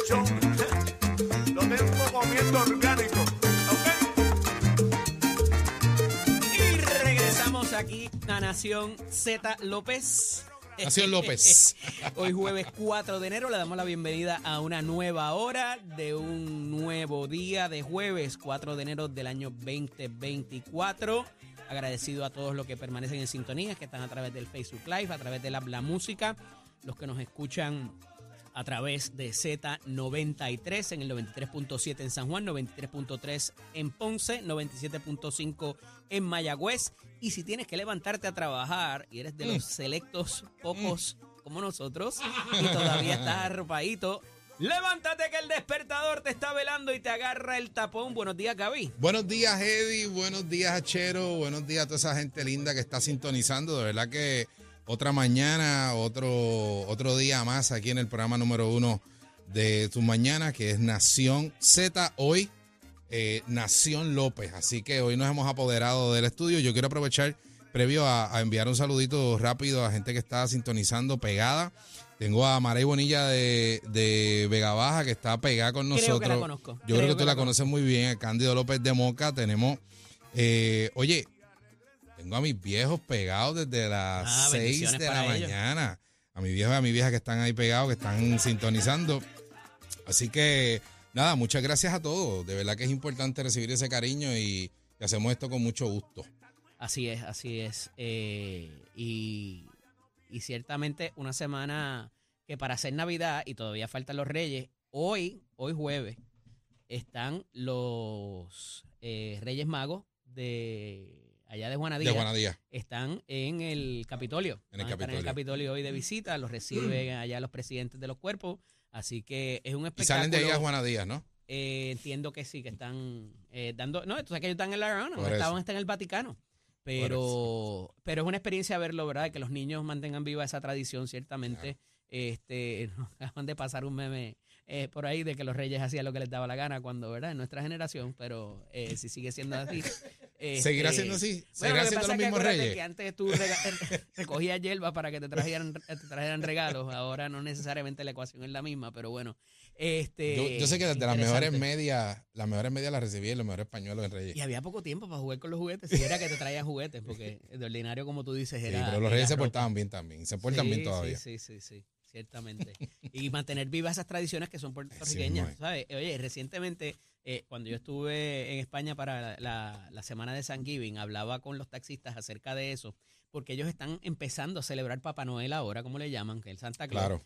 lechón. Lo tengo comiendo orgánico. Y regresamos aquí a Nación Z López. Nación López. Hoy jueves 4 de enero le damos la bienvenida a una nueva hora de un nuevo día de jueves 4 de enero del año 2024. Agradecido a todos los que permanecen en sintonía, que están a través del Facebook Live, a través del La Música, los que nos escuchan a través de Z93 en el 93.7 en San Juan, 93.3 en Ponce, 97.5 en Mayagüez. Y si tienes que levantarte a trabajar y eres de los selectos pocos como nosotros y todavía estás arropadito, levántate que el despertador te está velando y te agarra el tapón. Buenos días, Gaby. Buenos días, Eddie. Buenos días, Achero. Buenos días a toda esa gente linda que está sintonizando. De verdad que otra mañana, otro día más aquí en el programa número 1 de tus mañanas, que es Nación Z. Hoy, Nación López. Así que hoy nos hemos apoderado del estudio. Yo quiero aprovechar, previo a enviar un saludito rápido a gente que está sintonizando pegada. Tengo a Maray Bonilla de Vega Baja, que está pegada con nosotros. Creo que la conozco. Yo creo que tú la conoces muy bien. A Cándido López de Moca. Tenemos, oye, tengo a mis viejos pegados desde las 6 de la mañana. A mis viejos y a mi vieja que están ahí pegados, que están sintonizando. Así que, nada, muchas gracias a todos. De verdad que es importante recibir ese cariño y hacemos esto con mucho gusto. Así es, así es. Y ciertamente una semana que para hacer Navidad y todavía faltan los Reyes, hoy jueves, están los Reyes Magos de allá de Juanadía. De Juanadía. Están en el Capitolio. En el Están en el Capitolio hoy de visita, los reciben allá los presidentes de los cuerpos, así que es un espectáculo. Y salen de ahí a Juanadía, ¿no? Entiendo que sí, que están dando. No, tú sabes que ellos están en la Arona, están en el Vaticano. Pero es una experiencia verlo, ¿verdad? Que los niños mantengan viva esa tradición, ciertamente. Claro. Nos acaban de pasar un meme por ahí de que los reyes hacían lo que les daba la gana cuando, ¿verdad? En nuestra generación, pero si sigue siendo así. ¿Seguirá siendo así? ¿Seguirá siendo los mismos reyes? Que antes tú recogías hierba para que te trajeran regalos. Ahora no necesariamente la ecuación es la misma, pero bueno. Yo sé que desde las mejores medias las recibí en los mejores pañuelos en Reyes. Y había poco tiempo para jugar con los juguetes, si era que te traían juguetes, porque de ordinario, como tú dices, era. Sí, pero los Reyes se portaban bien también, se portan bien todavía. Sí, ciertamente. Y mantener vivas esas tradiciones que son puertorriqueñas, sí, ¿sabes? Oye, recientemente, cuando yo estuve en España para la semana de Thanksgiving, hablaba con los taxistas acerca de eso, porque ellos están empezando a celebrar Papá Noel ahora, como le llaman, que es el Santa Claus. Claro.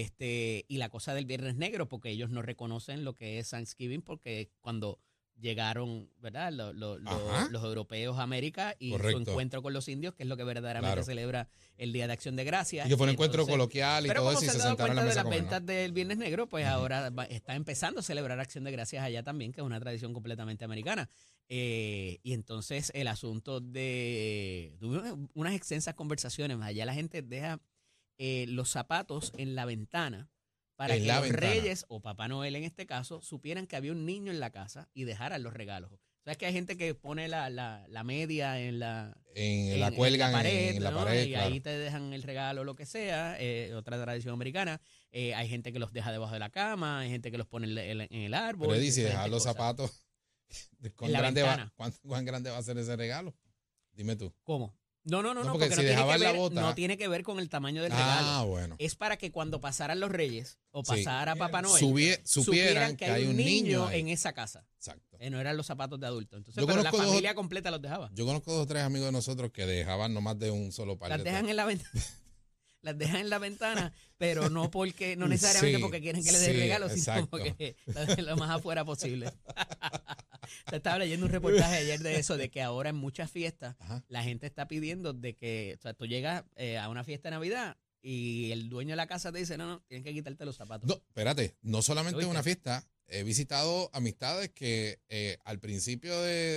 Y la cosa del Viernes Negro, porque ellos no reconocen lo que es Thanksgiving, porque cuando llegaron, ¿verdad? Los europeos a América y su encuentro con los indios, que es lo que verdaderamente celebra el Día de Acción de Gracias. Y que fue un encuentro coloquial y todo eso, y se sentaron a la mesa de las ventas del Viernes Negro, pues ahora está empezando a celebrar Acción de Gracias allá también, que es una tradición completamente americana. Y entonces el asunto tuve unas extensas conversaciones, allá la gente deja los zapatos en la ventana para que los Reyes, o Papá Noel en este caso, supieran que había un niño en la casa y dejaran los regalos. ¿Sabes que hay gente que pone la media en la pared, ¿no? Y claro, ahí te dejan el regalo o lo que sea, otra tradición americana. Hay gente que los deja debajo de la cama, hay gente que los pone en el árbol. Pero dice, dejar los zapatos, ¿cuán grande va a ser ese regalo? Dime tú. ¿Cómo? No, porque si dejaban la bota, no tiene que ver con el tamaño del regalo. Bueno. Es para que cuando pasaran los Reyes o pasara Papá Noel, supieran que hay un niño en esa casa. Exacto. No eran los zapatos de adultos. Entonces, pero la familia completa los dejaba. Yo conozco 2 o 3 amigos de nosotros que dejaban no más de un solo par. Las dejan en la ventana. Las dejan en la ventana, pero no necesariamente porque quieren que les dé regalo, sino porque lo más afuera posible. Se estaba leyendo un reportaje ayer de eso, de que ahora en muchas fiestas la gente está pidiendo de que, o sea, tú llegas a una fiesta de Navidad y el dueño de la casa te dice, no, tienes que quitarte los zapatos. No, espérate, no solamente en una fiesta. He visitado amistades que al principio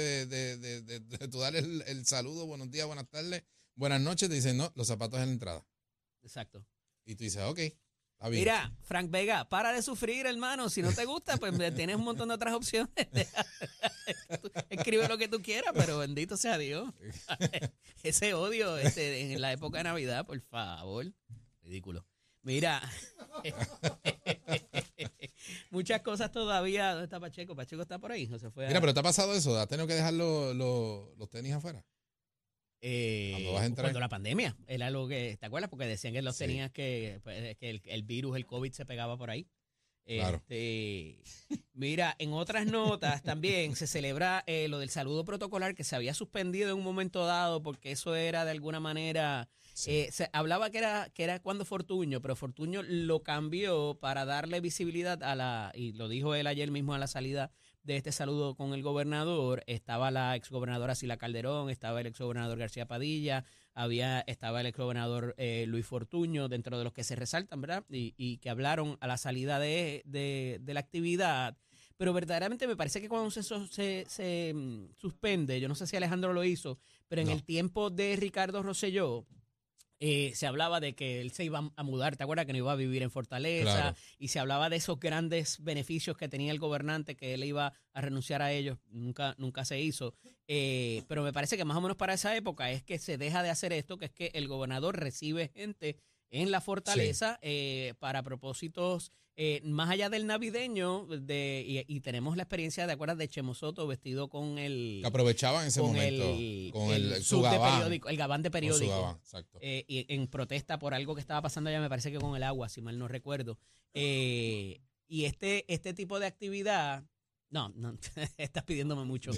de tú dar el saludo, buenos días, buenas tardes, buenas noches, te dicen, no, los zapatos en la entrada. Exacto. Y tú dices, ok, está bien. Mira, Frank Vega, para de sufrir, hermano. Si no te gusta, pues tienes un montón de otras opciones. Escribe lo que tú quieras, pero bendito sea Dios. Ese odio en la época de Navidad, por favor. Ridículo. Mira. Muchas cosas todavía. ¿Dónde está Pacheco? Pacheco está por ahí. No se fue Mira, pero ¿te ha pasado eso? ¿Has tenido que dejar los tenis afuera? Cuando vas a entrar. Cuando la pandemia era algo que, ¿te acuerdas? Porque decían que los Sí. tenías que el virus, el COVID se pegaba por ahí. Claro. Mira, en otras notas también se celebra lo del saludo protocolar que se había suspendido en un momento dado porque eso era de alguna manera, Sí. se hablaba que era cuando Fortuño, pero Fortuño lo cambió para darle visibilidad y lo dijo él ayer mismo a la salida de este saludo con el gobernador. Estaba la exgobernadora Sila Calderón, estaba el exgobernador García Padilla, estaba el exgobernador Luis Fortuño, dentro de los que se resaltan, ¿verdad? Y que hablaron a la salida de la actividad. Pero verdaderamente me parece que cuando se suspende, yo no sé si Alejandro lo hizo, pero en No. el tiempo de Ricardo Rosselló, se hablaba de que él se iba a mudar, ¿te acuerdas? Que no iba a vivir en Fortaleza, Claro. y se hablaba de esos grandes beneficios que tenía el gobernante, que él iba a renunciar a ellos, nunca se hizo. Pero me parece que más o menos para esa época es que se deja de hacer esto, que es que el gobernador recibe gente en la Fortaleza para propósitos más allá del navideño, y tenemos la experiencia, ¿de acuerdas? De Chemo Soto vestido con el... Que aprovechaban en ese con momento. Con el su sub de gabán. periódico, el gabán de Con su periódico. gabán, exacto. Y en protesta por algo que estaba pasando allá, me parece que con el agua, si mal no recuerdo. Y este tipo de actividad, no, estás pidiéndome mucho.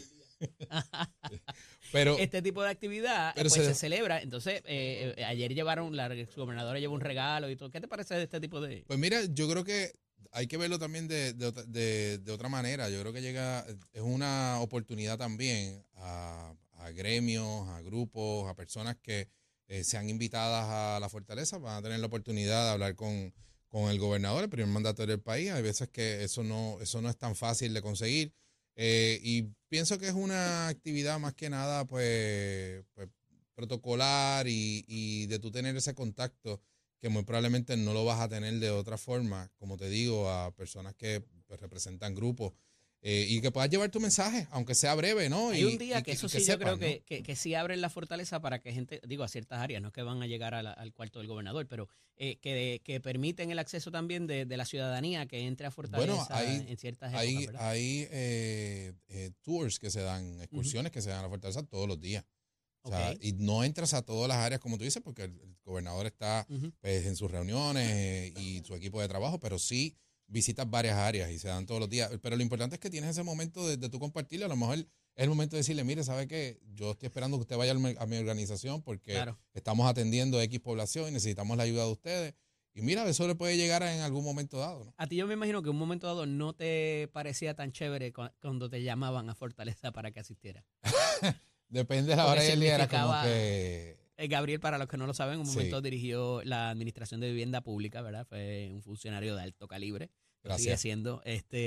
Pero, Este tipo de actividad Pero pues se- se celebra. Entonces, ayer la exgobernadora llevó un regalo y todo. ¿Qué te parece de este tipo de...? pues mira, yo creo que hay que verlo también de otra manera. Yo creo que es una oportunidad también a gremios, a grupos, a personas que sean invitadas a la fortaleza. Van a tener la oportunidad de hablar con el gobernador, el primer mandatario del país. Hay veces que eso no es tan fácil de conseguir. Y pienso que es una actividad más que nada, pues protocolar y de tú tener ese contacto que muy probablemente no lo vas a tener de otra forma, como te digo, a personas que pues, representan grupos y que puedas llevar tu mensaje, aunque sea breve, ¿no? Hay un día que eso sí yo sepan, creo ¿no? que sí abren la fortaleza para que gente, digo, a ciertas áreas, no es que van a llegar al cuarto del gobernador, pero que permiten el acceso también de la ciudadanía que entre a fortaleza Bueno, en ciertas épocas, ¿verdad? hay tours que se dan, excursiones que se dan a la fortaleza todos los días. O sea, Ok. y no entras a todas las áreas como tú dices, porque el gobernador está Ujú. pues, en sus reuniones y su equipo de trabajo, pero sí visitas varias áreas y se dan todos los días. Pero lo importante es que tienes ese momento de tú compartirlo. A lo mejor es el momento de decirle, mire, ¿sabe qué? Yo estoy esperando que usted vaya a mi organización porque Claro. estamos atendiendo X población y necesitamos la ayuda de ustedes. Y mira, eso le puede llegar en algún momento dado, ¿no? A ti yo me imagino que un momento dado no te parecía tan chévere cuando te llamaban a Fortaleza para que asistieras. Depende de la Porque hora y el día, era como significaba- que... Gabriel, para los que no lo saben, un Sí. momento dirigió la Administración de Vivienda Pública, ¿verdad? Fue un funcionario de alto calibre. Lo sigue Gracias. siendo.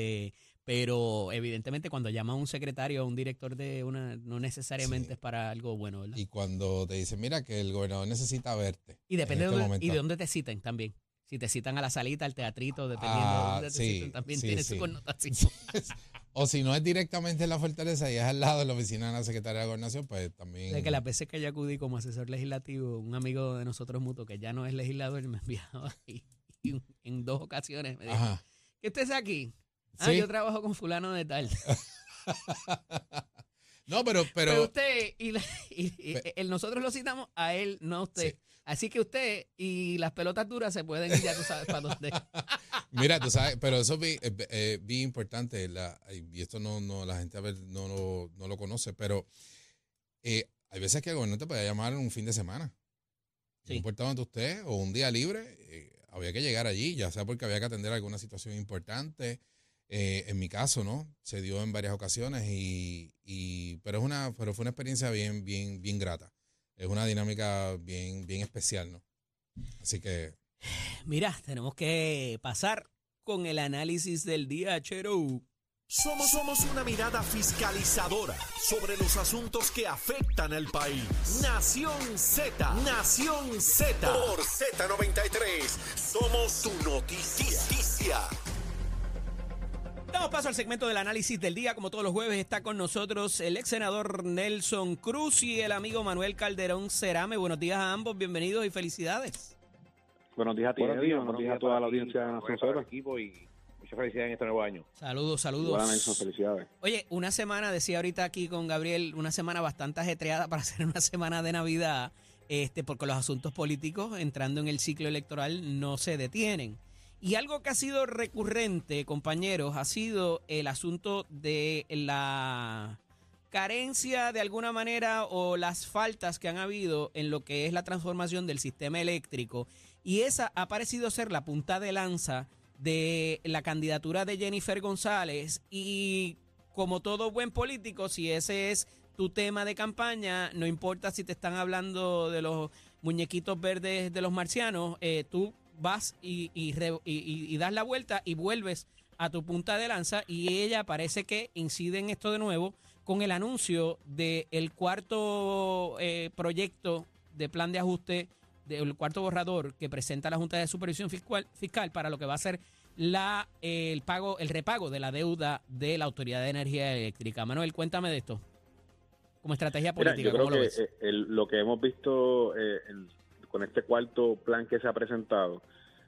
Pero evidentemente cuando llama a un secretario o un director de una, no necesariamente Sí. es para algo bueno, ¿verdad? Y cuando te dicen, mira, que el gobernador necesita verte. Y depende en de este dónde, momento. y de dónde te citen también. Si te citan a la salita, al teatrito, dependiendo de dónde te sí, citen, también sí, tiene sí. su connotación. O si no es directamente en la fortaleza y es al lado de la oficina de la Secretaría de Gobernación, pues también... De que las veces que yo acudí como asesor legislativo, un amigo de nosotros mutuo que ya no es legislador me enviaba y en 2 ocasiones me dijo, Ajá. ¿qué usted hace aquí? Sí. Yo trabajo con fulano de tal. No, Pero pero usted nosotros lo citamos a él, no a usted. Sí. Así que usted y las pelotas duras se pueden ir, ya tú sabes para dónde. mira, tú sabes, pero eso es bien importante, y esto no la gente a ver, no lo conoce, pero hay veces que el gobernador te puede llamar un fin de semana. Sí. No importa dónde usted o un día libre, había que llegar allí, ya sea porque había que atender alguna situación importante. En mi caso, ¿no? Se dio en varias ocasiones, pero fue una experiencia bien grata. Es una dinámica bien especial, ¿no? Así que, Mira, tenemos que pasar con el análisis del día, Chero. Somos una mirada fiscalizadora sobre los asuntos que afectan al país. Nación Z, Nación Z. Por Z93, somos tu noticia. Damos paso al segmento del análisis del día. Como todos los jueves está con nosotros el ex senador Nelson Cruz y el amigo Manuel Calderón Cerame. Buenos días a ambos, bienvenidos y felicidades. Buenos días a ti, Buenos Eddie. días, Buenos días a toda la audiencia de Nación para el Z. equipo y muchas felicidades en este nuevo año. Saludos. Igual, Nelson, felicidades. Oye, una semana, decía ahorita aquí con Gabriel, una semana bastante ajetreada para ser una semana de Navidad, porque los asuntos políticos entrando en el ciclo electoral no se detienen. Y algo que ha sido recurrente, compañeros, ha sido el asunto de la carencia de alguna manera o las faltas que han habido en lo que es la transformación del sistema eléctrico. Y esa ha parecido ser la punta de lanza de la candidatura de Jennifer González. Y como todo buen político, si ese es tu tema de campaña, no importa si te están hablando de los muñequitos verdes de los marcianos, tú vas y das la vuelta y vuelves a tu punta de lanza, y ella parece que incide en esto de nuevo con el anuncio del cuarto proyecto de plan de ajuste, del cuarto borrador que presenta la Junta de Supervisión Fiscal para lo que va a ser el repago de la deuda de la Autoridad de Energía Eléctrica. Manuel, cuéntame de esto, como estrategia política. Mira, yo creo ¿cómo lo ves? lo que hemos visto con este cuarto plan que se ha presentado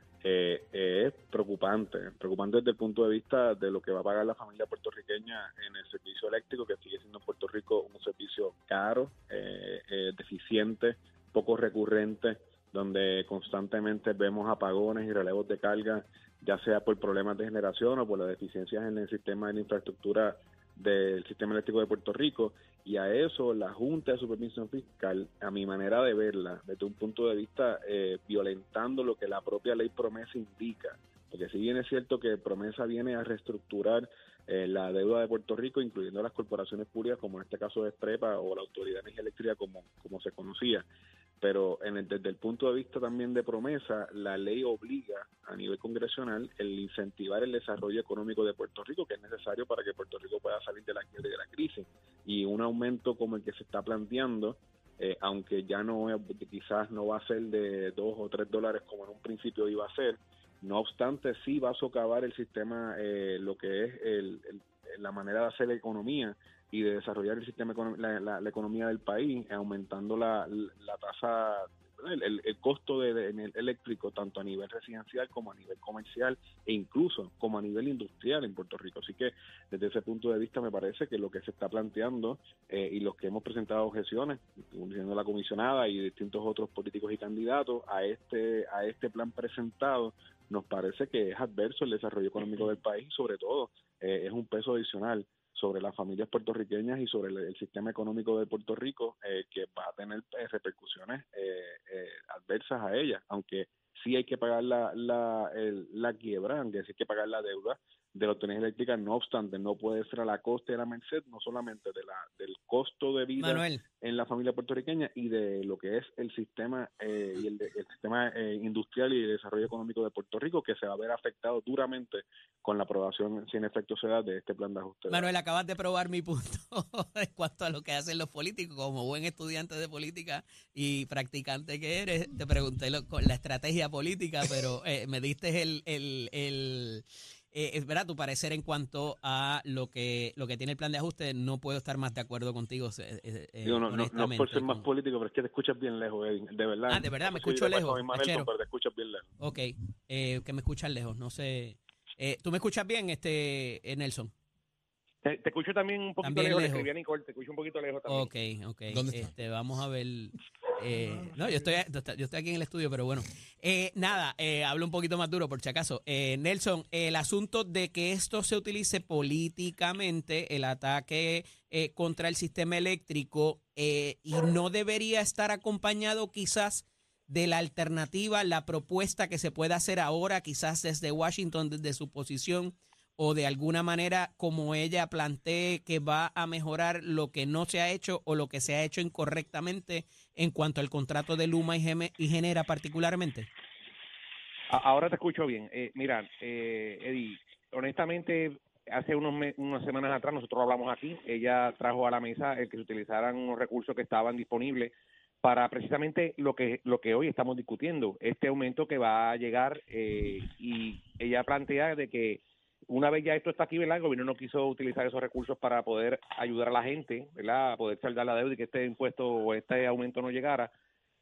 es preocupante desde el punto de vista de lo que va a pagar la familia puertorriqueña en el servicio eléctrico, que sigue siendo en Puerto Rico un servicio caro, deficiente, poco recurrente, donde constantemente vemos apagones y relevos de carga, ya sea por problemas de generación o por las deficiencias en el sistema de la infraestructura del sistema eléctrico de Puerto Rico. Y a eso la Junta de Supervisión Fiscal, a mi manera de verla, desde un punto de vista violentando lo que la propia ley promesa indica, porque si bien es cierto que promesa viene a reestructurar la deuda de Puerto Rico, incluyendo las corporaciones públicas, como en este caso de Estrepa o la Autoridad de Energía Eléctrica como se conocía, pero desde el punto de vista también de promesa, la ley obliga a nivel congresional el incentivar el desarrollo económico de Puerto Rico, que es necesario para que Puerto Rico pueda salir de la crisis. Y un aumento como el que se está planteando, aunque ya quizás no va a ser de $2 o $3 como en un principio iba a ser, no obstante sí va a socavar el sistema, lo que es la manera de hacer economía y de desarrollar el sistema, la economía del país, aumentando la tasa, el costo de eléctrico, tanto a nivel residencial como a nivel comercial e incluso como a nivel industrial en Puerto Rico. Así que desde ese punto de vista me parece que lo que se está planteando y los que hemos presentado objeciones, incluyendo la comisionada y distintos otros políticos y candidatos a este plan presentado, nos parece que es adverso el desarrollo económico del país y sobre todo es un peso adicional sobre las familias puertorriqueñas y sobre el sistema económico de Puerto Rico, que va a tener repercusiones adversas a ellas, aunque sí hay que pagar la quiebra, aunque sí hay que pagar la deuda de la Autoridad Eléctrica. No obstante, no puede ser a la costa de la merced, no solamente del costo de vida, Manuel, en la familia puertorriqueña y de lo que es el sistema y el sistema industrial y de desarrollo económico de Puerto Rico, que se va a ver afectado duramente con la aprobación, si en efecto se da, de este plan de ajuste. Manuel, acabas de probar mi punto en cuanto a lo que hacen los políticos. Como buen estudiante de política y practicante que eres, te pregunté con la estrategia política, pero me diste es verdad, tu parecer en cuanto a lo que tiene el plan de ajuste. No puedo estar más de acuerdo contigo. No por ser más político, pero es que te escuchas bien lejos, Edwin, de verdad. De verdad, me escucho lejos. Pero te escuchas bien lejos. Ok, que me escuchas lejos, no sé. ¿Tú me escuchas bien, Nelson? Te escucho también un poquito también lejos. Escribí a Nicole, te escucho un poquito lejos también. Ok. ¿Dónde está? Vamos a ver. No, yo estoy aquí en el estudio, pero bueno. Hablo un poquito más duro por si acaso. Nelson, el asunto de que esto se utilice políticamente, el ataque contra el sistema eléctrico, y no debería estar acompañado quizás de la alternativa, la propuesta que se pueda hacer ahora, quizás desde Washington, desde su posición, o de alguna manera como ella plantee que va a mejorar lo que no se ha hecho o lo que se ha hecho incorrectamente en cuanto al contrato de Luma y Genera particularmente. Ahora te escucho bien. Mira, Eddie, honestamente, hace unas semanas atrás nosotros hablamos aquí, ella trajo a la mesa el que se utilizaran unos recursos que estaban disponibles para precisamente lo que hoy estamos discutiendo, este aumento que va a llegar, y ella plantea de que una vez ya esto está aquí, ¿verdad? El gobierno no quiso utilizar esos recursos para poder ayudar a la gente, ¿verdad? A poder saldar la deuda y que este impuesto o este aumento no llegara.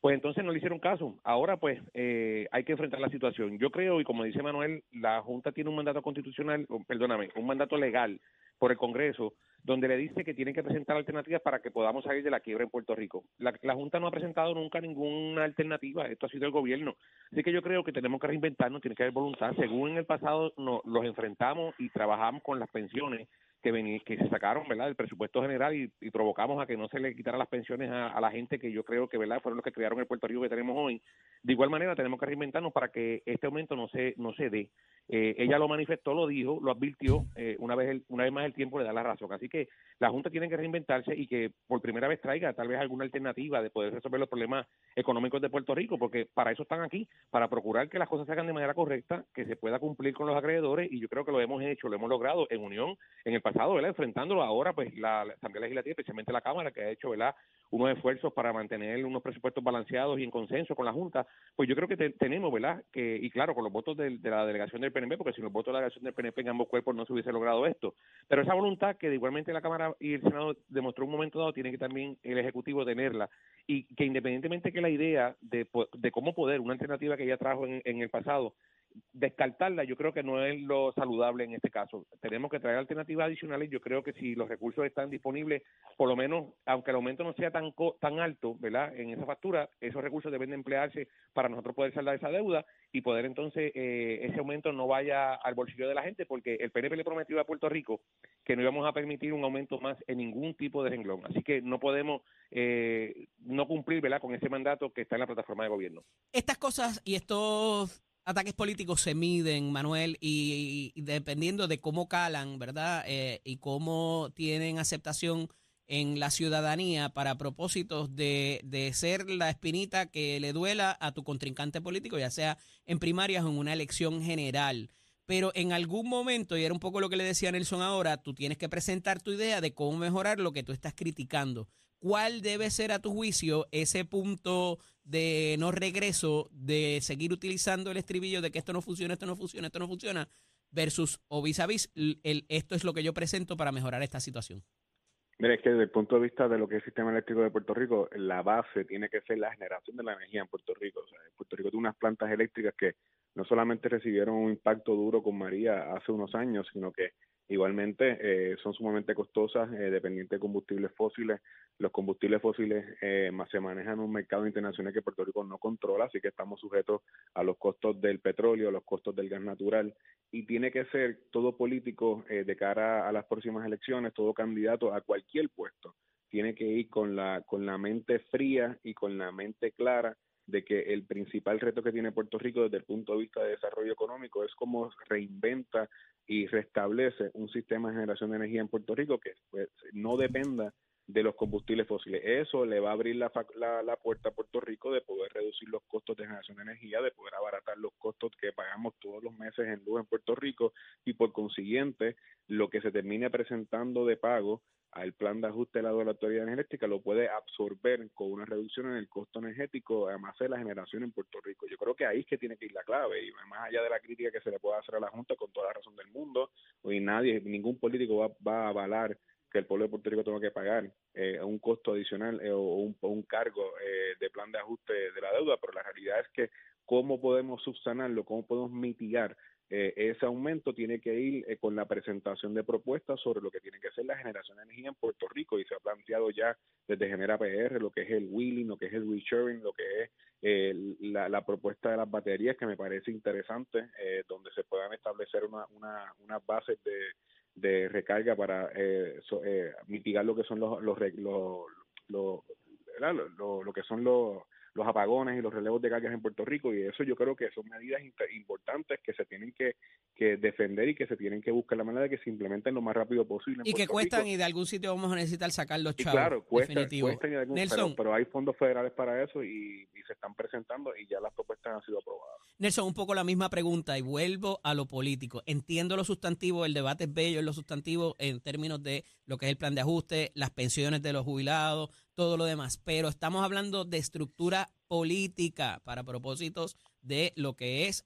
Pues entonces no le hicieron caso. Ahora pues hay que enfrentar la situación. Yo creo, y como dice Manuel, la Junta tiene un mandato constitucional, un mandato legal por el Congreso, donde le dice que tienen que presentar alternativas para que podamos salir de la quiebra en Puerto Rico. La Junta no ha presentado nunca ninguna alternativa, esto ha sido el gobierno. Así que yo creo que tenemos que reinventarnos, tiene que haber voluntad. Según en el pasado los enfrentamos y trabajamos con las pensiones que se sacaron, ¿verdad?, del presupuesto general y provocamos a que no se le quitaran las pensiones a la gente que yo creo que, ¿verdad?, fueron los que crearon el Puerto Rico que tenemos hoy. De igual manera tenemos que reinventarnos para que este aumento no se dé. Ella lo manifestó, lo dijo, lo advirtió, una vez más el tiempo le da la razón. Así que la Junta tiene que reinventarse y que por primera vez traiga tal vez alguna alternativa de poder resolver los problemas económicos de Puerto Rico, porque para eso están aquí, para procurar que las cosas se hagan de manera correcta, que se pueda cumplir con los acreedores, y yo creo que lo hemos hecho, lo hemos logrado en unión en el pasado, ¿verdad?, enfrentándolo. Ahora pues la Asamblea Legislativa, especialmente la Cámara, que ha hecho, ¿verdad?, unos esfuerzos para mantener unos presupuestos balanceados y en consenso con la Junta, pues yo creo que tenemos, ¿verdad?, y claro, con los votos de la delegación del PNP, porque sin los votos de la delegación del PNP en ambos cuerpos no se hubiese logrado esto, pero esa voluntad que igualmente la Cámara y el Senado demostró en un momento dado, tiene que también el Ejecutivo tenerla, y que independientemente que la idea de cómo poder, una alternativa que ella trajo en el pasado, descartarla, yo creo que no es lo saludable en este caso. Tenemos que traer alternativas adicionales. Yo creo que si los recursos están disponibles, por lo menos, aunque el aumento no sea tan alto, ¿verdad?, en esa factura, esos recursos deben de emplearse para nosotros poder saldar esa deuda y poder entonces ese aumento no vaya al bolsillo de la gente, porque el PNP le prometió a Puerto Rico que no íbamos a permitir un aumento más en ningún tipo de renglón. Así que no podemos no cumplir, ¿verdad?, con ese mandato que está en la plataforma de gobierno. Estas cosas y estos ataques políticos se miden, Manuel, y dependiendo de cómo calan, ¿verdad?, y cómo tienen aceptación en la ciudadanía para propósitos de ser la espinita que le duela a tu contrincante político, ya sea en primarias o en una elección general. Pero en algún momento, y era un poco lo que le decía Nelson ahora, tú tienes que presentar tu idea de cómo mejorar lo que tú estás criticando. ¿Cuál debe ser a tu juicio ese punto de no regreso, de seguir utilizando el estribillo de que esto no funciona, esto no funciona, esto no funciona, versus o vis a vis, esto es lo que yo presento para mejorar esta situación? Mira, es que desde el punto de vista de lo que es el sistema eléctrico de Puerto Rico, la base tiene que ser la generación de la energía en Puerto Rico. O sea, Puerto Rico tiene unas plantas eléctricas que no solamente recibieron un impacto duro con María hace unos años, sino que igualmente son sumamente costosas, dependientes de combustibles fósiles. Los combustibles fósiles se manejan en un mercado internacional que Puerto Rico no controla, así que estamos sujetos a los costos del petróleo, a los costos del gas natural, y tiene que ser todo político de cara a las próximas elecciones, todo candidato a cualquier puesto, tiene que ir con la mente fría y con la mente clara de que el principal reto que tiene Puerto Rico desde el punto de vista de desarrollo económico es cómo reinventa y restablece un sistema de generación de energía en Puerto Rico que pues, no dependa de los combustibles fósiles. Eso le va a abrir la puerta a Puerto Rico de poder reducir los costos de generación de energía, de poder abaratar los costos que pagamos todos los meses en luz en Puerto Rico, y por consiguiente lo que se termine presentando de pago al plan de ajuste de la Autoridad Energética lo puede absorber con una reducción en el costo energético, además de la generación en Puerto Rico. Yo creo que ahí es que tiene que ir la clave, y más allá de la crítica que se le pueda hacer a la Junta, con toda la razón del mundo, hoy ningún político va a avalar que el pueblo de Puerto Rico tenga que pagar un costo adicional o un cargo de plan de ajuste de la deuda, pero la realidad es que cómo podemos subsanarlo, cómo podemos mitigar ese aumento, tiene que ir con la presentación de propuestas sobre lo que tiene que ser la generación de energía en Puerto Rico, y se ha planteado ya desde Genera PR lo que es el wheeling, lo que es el reshoring, lo que es la propuesta de las baterías, que me parece interesante, donde se puedan establecer unas bases de recarga para mitigar lo que son lo que son los apagones y los relevos de cargas en Puerto Rico, y eso yo creo que son medidas importantes que se tienen que defender y que se tienen que buscar la manera de que se implementen lo más rápido posible en y que Puerto cuestan Rico. Y de algún sitio vamos a necesitar sacar los chavos. Claro, cuestan Nelson, pero hay fondos federales para eso y se están presentando y ya las propuestas han sido aprobadas. Nelson, un poco la misma pregunta y vuelvo a lo político. Entiendo lo sustantivo, el debate es bello en lo sustantivo en términos de lo que es el plan de ajuste, las pensiones de los jubilados, todo lo demás, pero estamos hablando de estructura política para propósitos de lo que es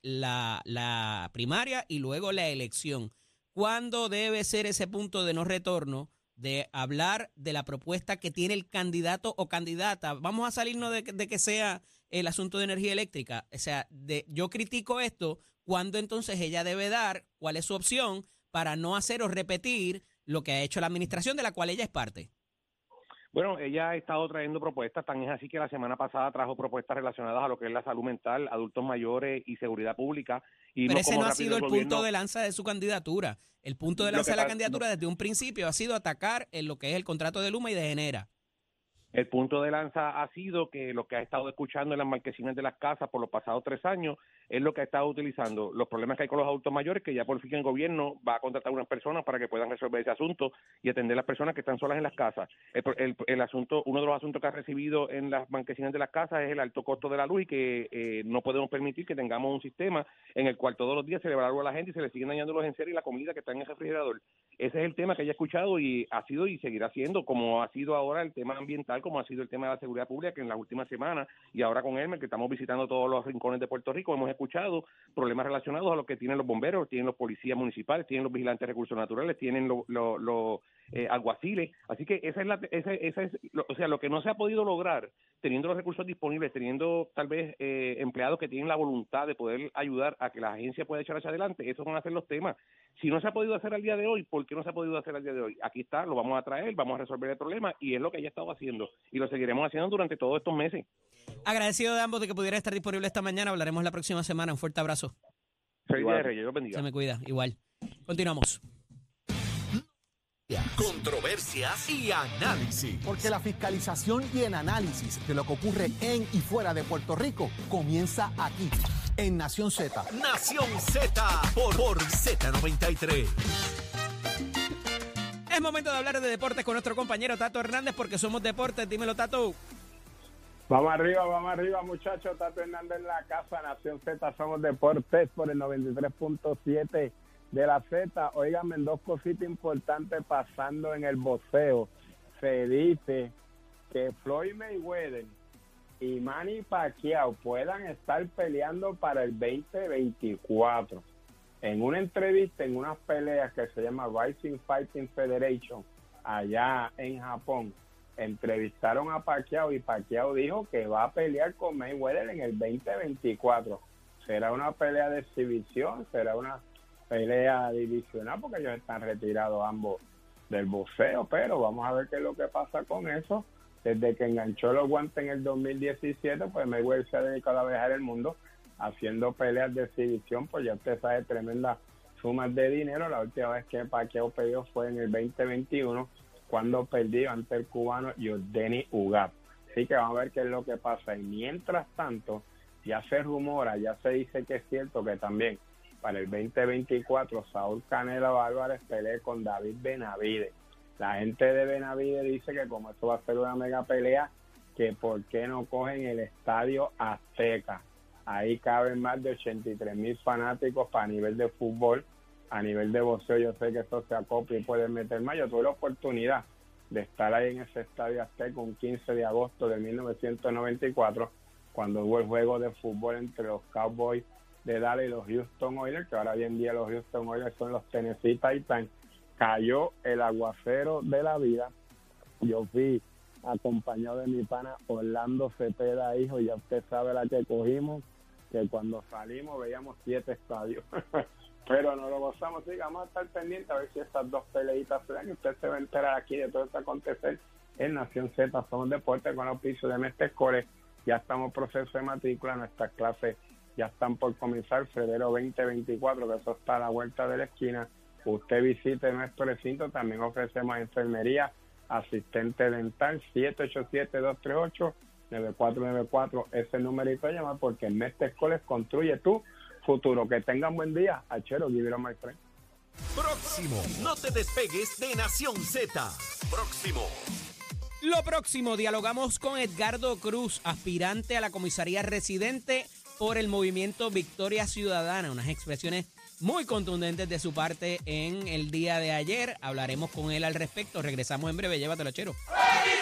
la primaria y luego la elección. ¿Cuándo debe ser ese punto de no retorno de hablar de la propuesta que tiene el candidato o candidata. Vamos a salirnos de que sea el asunto de energía eléctrica. O sea, yo critico esto, cuando entonces ella debe dar cuál es su opción para no hacer o repetir lo que ha hecho la administración de la cual ella es parte. Bueno, ella ha estado trayendo propuestas, tan es así que la semana pasada trajo propuestas relacionadas a lo que es la salud mental, adultos mayores y seguridad pública. Pero ese no ha sido el punto de lanza de su candidatura. El punto de lanza de la candidatura desde un principio ha sido atacar en lo que es el contrato de Luma y de Genera. El punto de lanza ha sido que lo que ha estado escuchando en las marquesinas de las casas por los pasados 3 años es lo que ha estado utilizando. Los problemas que hay con los adultos mayores, que ya por fin el gobierno va a contratar unas personas para que puedan resolver ese asunto y atender a las personas que están solas en las casas. El asunto, uno de los asuntos que ha recibido en las marquesinas de las casas es el alto costo de la luz y que no podemos permitir que tengamos un sistema en el cual todos los días se le va a la gente y se le siguen dañando los enseres y la comida que está en el refrigerador. Ese es el tema que ella ha escuchado y ha sido y seguirá siendo, como ha sido ahora el tema ambiental, como ha sido el tema de la seguridad pública, que en las últimas semanas, y ahora con Elmer, que estamos visitando todos los rincones de Puerto Rico, hemos escuchado problemas relacionados a lo que tienen los bomberos, tienen los policías municipales, tienen los vigilantes de recursos naturales, tienen los alguaciles. Así que lo que no se ha podido lograr, teniendo los recursos disponibles, teniendo tal vez empleados que tienen la voluntad de poder ayudar a que la agencia pueda echar hacia adelante, esos van a ser los temas. Si no se ha podido hacer al día de hoy, ¿por qué no se ha podido hacer al día de hoy? Aquí está, lo vamos a traer, vamos a resolver el problema y es lo que ella ha estado haciendo y lo seguiremos haciendo durante todos estos meses. Agradecido de ambos de que pudiera estar disponible esta mañana. Hablaremos la próxima semana. Un fuerte abrazo. Feliz día de Reyes, Dios bendiga. Se me cuida, igual. Continuamos. Controversias y análisis. Porque la fiscalización y el análisis de lo que ocurre en y fuera de Puerto Rico comienza aquí, en Nación Z. Nación Z por Z93. Es momento de hablar de deportes con nuestro compañero Tato Hernández, porque somos deportes. Dímelo, Tato. Vamos arriba, muchachos. Tato Hernández en la casa, Nación Z, somos deportes por el 93.7 de la Z. Óiganme, dos cositas importantes pasando en el boxeo. Se dice que Floyd Mayweather y Manny Pacquiao puedan estar peleando para el 2024. En una entrevista, en unas peleas que se llama Rising Fighting Federation, allá en Japón, entrevistaron a Pacquiao y Pacquiao dijo que va a pelear con Mayweather en el 2024. ¿Será una pelea de exhibición? ¿Será una pelea divisional? Porque ellos están retirados ambos del boxeo, pero vamos a ver qué es lo que pasa con eso. Desde que enganchó los guantes en el 2017, pues Mayweather se ha dedicado a viajar el mundo haciendo peleas de exhibición, pues ya usted sabe, tremendas sumas de dinero. La última vez que Pacquiao peleó fue en el 2021, cuando perdió ante el cubano Yordeni Ugat. Así que vamos a ver qué es lo que pasa. Y mientras tanto, ya se rumora, ya se dice que es cierto que también para el 2024 Saúl Canelo Álvarez pelee con David Benavidez. La gente de Benavidez dice que como esto va a ser una mega pelea, que por qué no cogen el Estadio Azteca. Ahí caben más de 83,000 fanáticos para nivel de fútbol. A nivel de boxeo yo sé que eso se acopla y pueden meter más. Yo tuve la oportunidad de estar ahí en ese Estadio Azteca un 15 de agosto de 1994, cuando hubo el juego de fútbol entre los Cowboys de Dallas y los Houston Oilers, que ahora hoy en día los Houston Oilers son los Tennessee Titans. Cayó el aguacero de la vida. Yo fui acompañado de mi pana Orlando Cepeda, hijo, y ya usted sabe la que cogimos, que cuando salimos veíamos 7 estadios. Pero no lo gozamos, sí, vamos a estar pendientes a ver si estas dos peleitas se dan y usted se va a enterar aquí de todo esto acontecer en Nación Z. Somos deportes con auspicio de Mestre Escoles. Ya estamos en proceso de matrícula, nuestras clases ya están por comenzar, febrero 2024, que eso está a la vuelta de la esquina. Usted visite nuestro recinto, también ofrecemos enfermería, asistente dental, 787-238-9494, ese numerito de llamar, porque en Mestre Escoles construye tu futuro. Que tengan buen día. Achero, give it on my friend. Próximo. No te despegues de Nación Z. Próximo. Lo próximo, dialogamos con Edgardo Cruz, aspirante a la comisaría residente por el movimiento Victoria Ciudadana. Unas expresiones muy contundentes de su parte en el día de ayer. Hablaremos con él al respecto. Regresamos en breve. Llévatelo, Achero.